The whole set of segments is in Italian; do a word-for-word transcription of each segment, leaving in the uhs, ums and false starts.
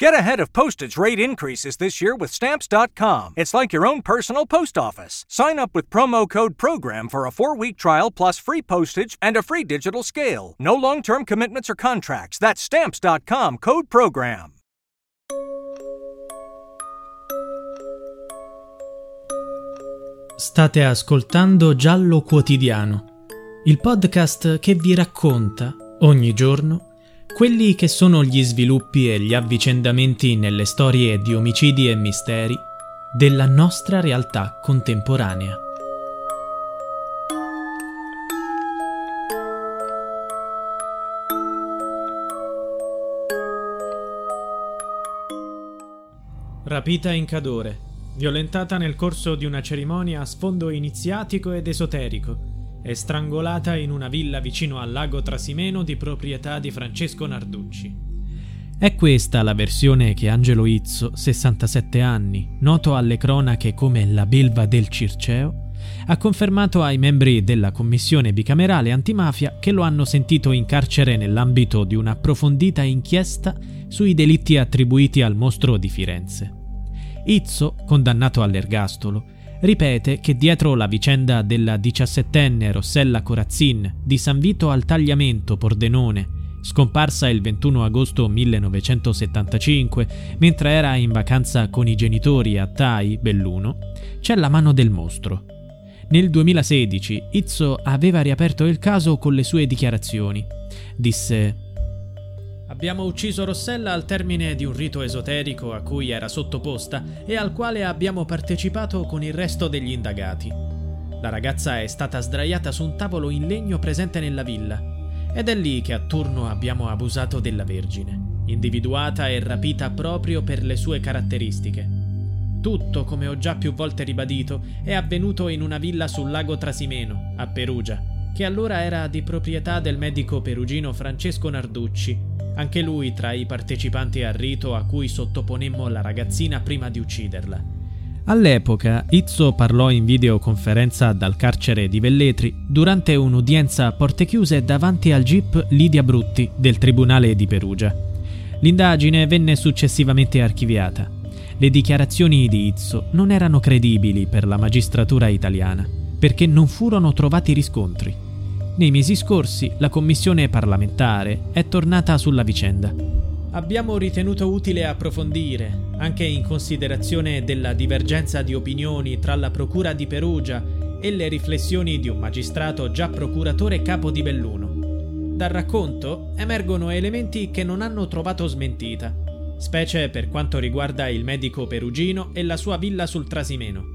Get ahead of postage rate increases this year with Stamps dot com. It's like your own personal post office. Sign up with promo code PROGRAM for a four-week trial plus free postage and a free digital scale. No long-term commitments or contracts. That's Stamps dot com, code PROGRAM. State ascoltando Giallo Quotidiano, il podcast che vi racconta, ogni giorno, quelli che sono gli sviluppi e gli avvicendamenti nelle storie di omicidi e misteri della nostra realtà contemporanea. Rapita in Cadore, violentata nel corso di una cerimonia a sfondo iniziatico ed esoterico e strangolata in una villa vicino al lago Trasimeno di proprietà di Francesco Narducci. È questa la versione che Angelo Izzo, sessantasette anni, noto alle cronache come la belva del Circeo, ha confermato ai membri della commissione bicamerale antimafia che lo hanno sentito in carcere nell'ambito di un'approfondita inchiesta sui delitti attribuiti al mostro di Firenze. Izzo, condannato all'ergastolo, ripete che dietro la vicenda della diciassettenne Rossella Corazzin di San Vito al Tagliamento, Pordenone, scomparsa il ventuno agosto millenovecentosettantacinque mentre era in vacanza con i genitori a Tai, Belluno, c'è la mano del mostro. Nel duemilasedici Izzo aveva riaperto il caso con le sue dichiarazioni. Disse: "Abbiamo ucciso Rossella al termine di un rito esoterico a cui era sottoposta e al quale abbiamo partecipato con il resto degli indagati. La ragazza è stata sdraiata su un tavolo in legno presente nella villa ed è lì che a turno abbiamo abusato della Vergine, individuata e rapita proprio per le sue caratteristiche. Tutto, come ho già più volte ribadito, è avvenuto in una villa sul lago Trasimeno, a Perugia, che allora era di proprietà del medico perugino Francesco Narducci, anche lui tra i partecipanti al rito a cui sottoponemmo la ragazzina prima di ucciderla." All'epoca Izzo parlò in videoconferenza dal carcere di Velletri durante un'udienza a porte chiuse davanti al G I P Lidia Brutti del Tribunale di Perugia. L'indagine venne successivamente archiviata. Le dichiarazioni di Izzo non erano credibili per la magistratura italiana perché non furono trovati riscontri. Nei mesi scorsi la commissione parlamentare è tornata sulla vicenda. "Abbiamo ritenuto utile approfondire, anche in considerazione della divergenza di opinioni tra la Procura di Perugia e le riflessioni di un magistrato già procuratore capo di Belluno. Dal racconto emergono elementi che non hanno trovato smentita, specie per quanto riguarda il medico perugino e la sua villa sul Trasimeno.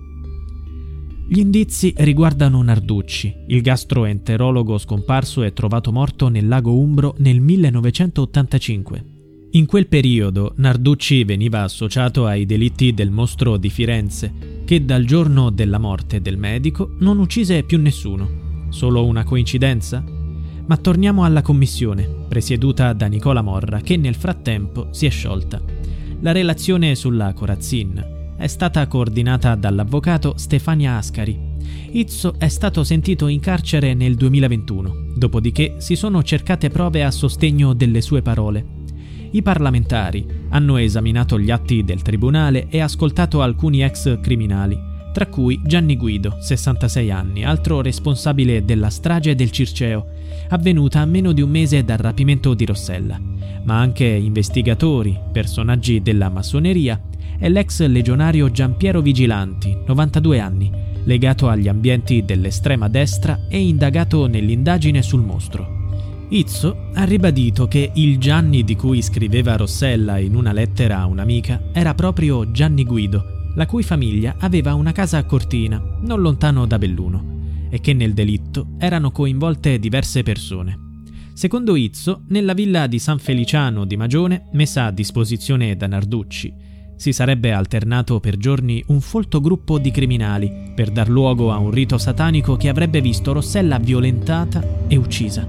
Gli indizi riguardano Narducci, il gastroenterologo scomparso e trovato morto nel lago Umbro nel millenovecentottantacinque. In quel periodo Narducci veniva associato ai delitti del mostro di Firenze, che dal giorno della morte del medico non uccise più nessuno. Solo una coincidenza? Ma torniamo alla commissione, presieduta da Nicola Morra, che nel frattempo si è sciolta. La relazione sulla Corazzin è stata coordinata dall'avvocato Stefania Ascari. Izzo è stato sentito in carcere nel duemilaventuno, dopodiché si sono cercate prove a sostegno delle sue parole. I parlamentari hanno esaminato gli atti del tribunale e ascoltato alcuni ex criminali, tra cui Gianni Guido, sessantasei anni, altro responsabile della strage del Circeo, avvenuta a meno di un mese dal rapimento di Rossella, ma anche investigatori, personaggi della massoneria e l'ex legionario Giampiero Vigilanti, novantadue anni, legato agli ambienti dell'estrema destra e indagato nell'indagine sul mostro. Izzo ha ribadito che il Gianni di cui scriveva Rossella in una lettera a un'amica era proprio Gianni Guido, la cui famiglia aveva una casa a Cortina, non lontano da Belluno, e che nel delitto erano coinvolte diverse persone. Secondo Izzo, nella villa di San Feliciano di Magione, messa a disposizione da Narducci, si sarebbe alternato per giorni un folto gruppo di criminali per dar luogo a un rito satanico che avrebbe visto Rossella violentata e uccisa.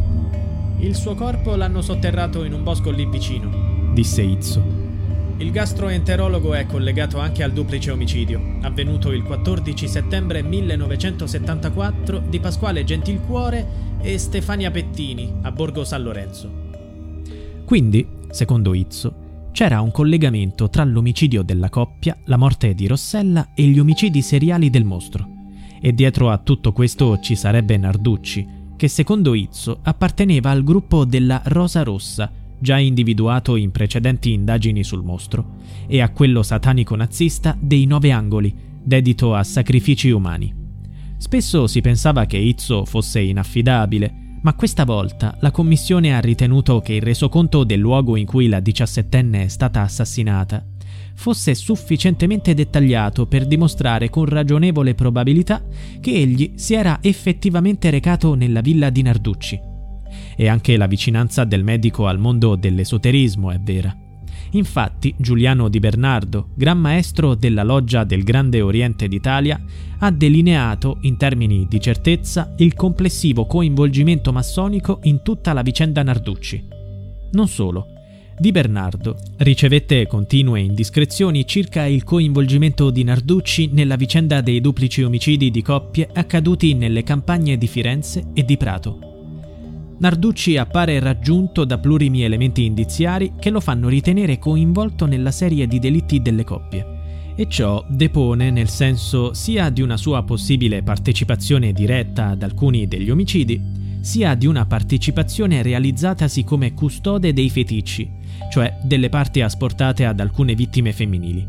"Il suo corpo l'hanno sotterrato in un bosco lì vicino", disse Izzo. "Il gastroenterologo è collegato anche al duplice omicidio, avvenuto il quattordici settembre millenovecentosettantaquattro di Pasquale Gentilcuore e Stefania Pettini a Borgo San Lorenzo." Quindi, secondo Izzo, c'era un collegamento tra l'omicidio della coppia, la morte di Rossella e gli omicidi seriali del mostro. E dietro a tutto questo ci sarebbe Narducci, che secondo Izzo apparteneva al gruppo della Rosa Rossa, già individuato in precedenti indagini sul mostro, e a quello satanico nazista dei Nove Angoli, dedito a sacrifici umani. Spesso si pensava che Izzo fosse inaffidabile, ma questa volta la commissione ha ritenuto che il resoconto del luogo in cui la diciassettenne è stata assassinata fosse sufficientemente dettagliato per dimostrare con ragionevole probabilità che egli si era effettivamente recato nella villa di Narducci. E anche la vicinanza del medico al mondo dell'esoterismo è vera. Infatti Giuliano Di Bernardo, gran maestro della loggia del Grande Oriente d'Italia, ha delineato in termini di certezza il complessivo coinvolgimento massonico in tutta la vicenda Narducci. Non solo, Di Bernardo ricevette continue indiscrezioni circa il coinvolgimento di Narducci nella vicenda dei duplici omicidi di coppie accaduti nelle campagne di Firenze e di Prato. Narducci appare raggiunto da plurimi elementi indiziari che lo fanno ritenere coinvolto nella serie di delitti delle coppie, e ciò depone nel senso sia di una sua possibile partecipazione diretta ad alcuni degli omicidi, sia di una partecipazione realizzatasi come custode dei feticci, cioè delle parti asportate ad alcune vittime femminili.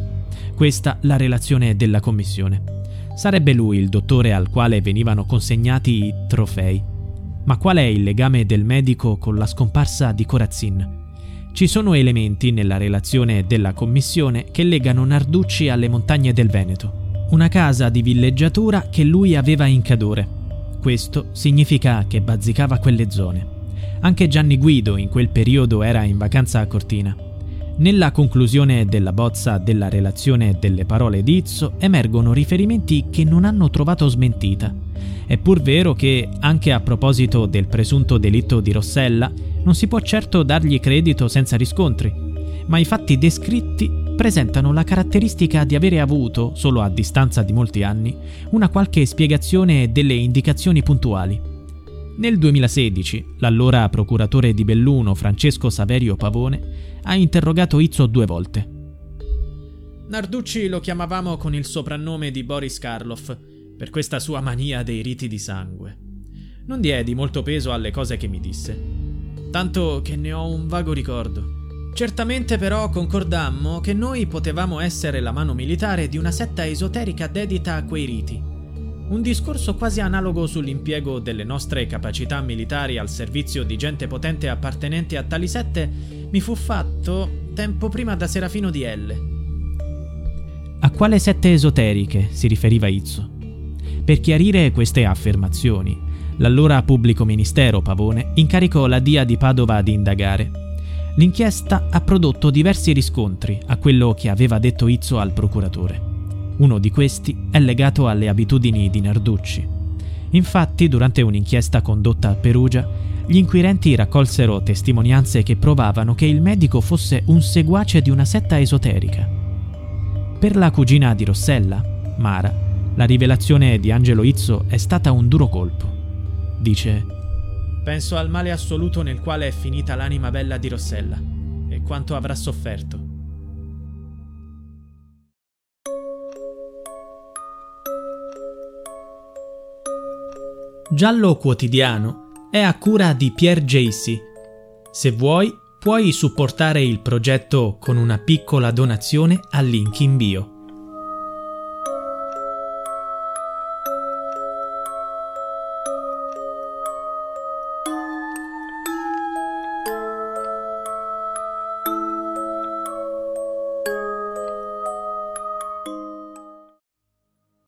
Questa la relazione della commissione. Sarebbe lui il dottore al quale venivano consegnati i trofei. Ma qual è il legame del medico con la scomparsa di Corazzin? Ci sono elementi nella relazione della commissione che legano Narducci alle montagne del Veneto, una casa di villeggiatura che lui aveva in Cadore. Questo significa che bazzicava quelle zone. Anche Gianni Guido in quel periodo era in vacanza a Cortina. Nella conclusione della bozza della relazione delle parole di Izzo emergono riferimenti che non hanno trovato smentita. È pur vero che, anche a proposito del presunto delitto di Rossella, non si può certo dargli credito senza riscontri, ma i fatti descritti presentano la caratteristica di avere avuto, solo a distanza di molti anni, una qualche spiegazione e delle indicazioni puntuali. Nel duemilasedici, l'allora procuratore di Belluno Francesco Saverio Pavone ha interrogato Izzo due volte. Narducci lo chiamavamo con il soprannome di Boris Karloff, per questa sua mania dei riti di sangue. Non diedi molto peso alle cose che mi disse, tanto che ne ho un vago ricordo. Certamente però concordammo che noi potevamo essere la mano militare di una setta esoterica dedita a quei riti. Un discorso quasi analogo sull'impiego delle nostre capacità militari al servizio di gente potente appartenente a tali sette mi fu fatto tempo prima da Serafino di L. A quale sette esoteriche si riferiva Izzo? Per chiarire queste affermazioni, l'allora pubblico ministero Pavone incaricò la D I A di Padova di indagare. L'inchiesta ha prodotto diversi riscontri a quello che aveva detto Izzo al procuratore. Uno di questi è legato alle abitudini di Narducci. Infatti, durante un'inchiesta condotta a Perugia, gli inquirenti raccolsero testimonianze che provavano che il medico fosse un seguace di una setta esoterica. Per la cugina di Rossella, Mara, la rivelazione di Angelo Izzo è stata un duro colpo. Dice: «Penso al male assoluto nel quale è finita l'anima bella di Rossella e quanto avrà sofferto». Giallo Quotidiano è a cura di Pierre Jacy. Se vuoi, puoi supportare il progetto con una piccola donazione al link in bio.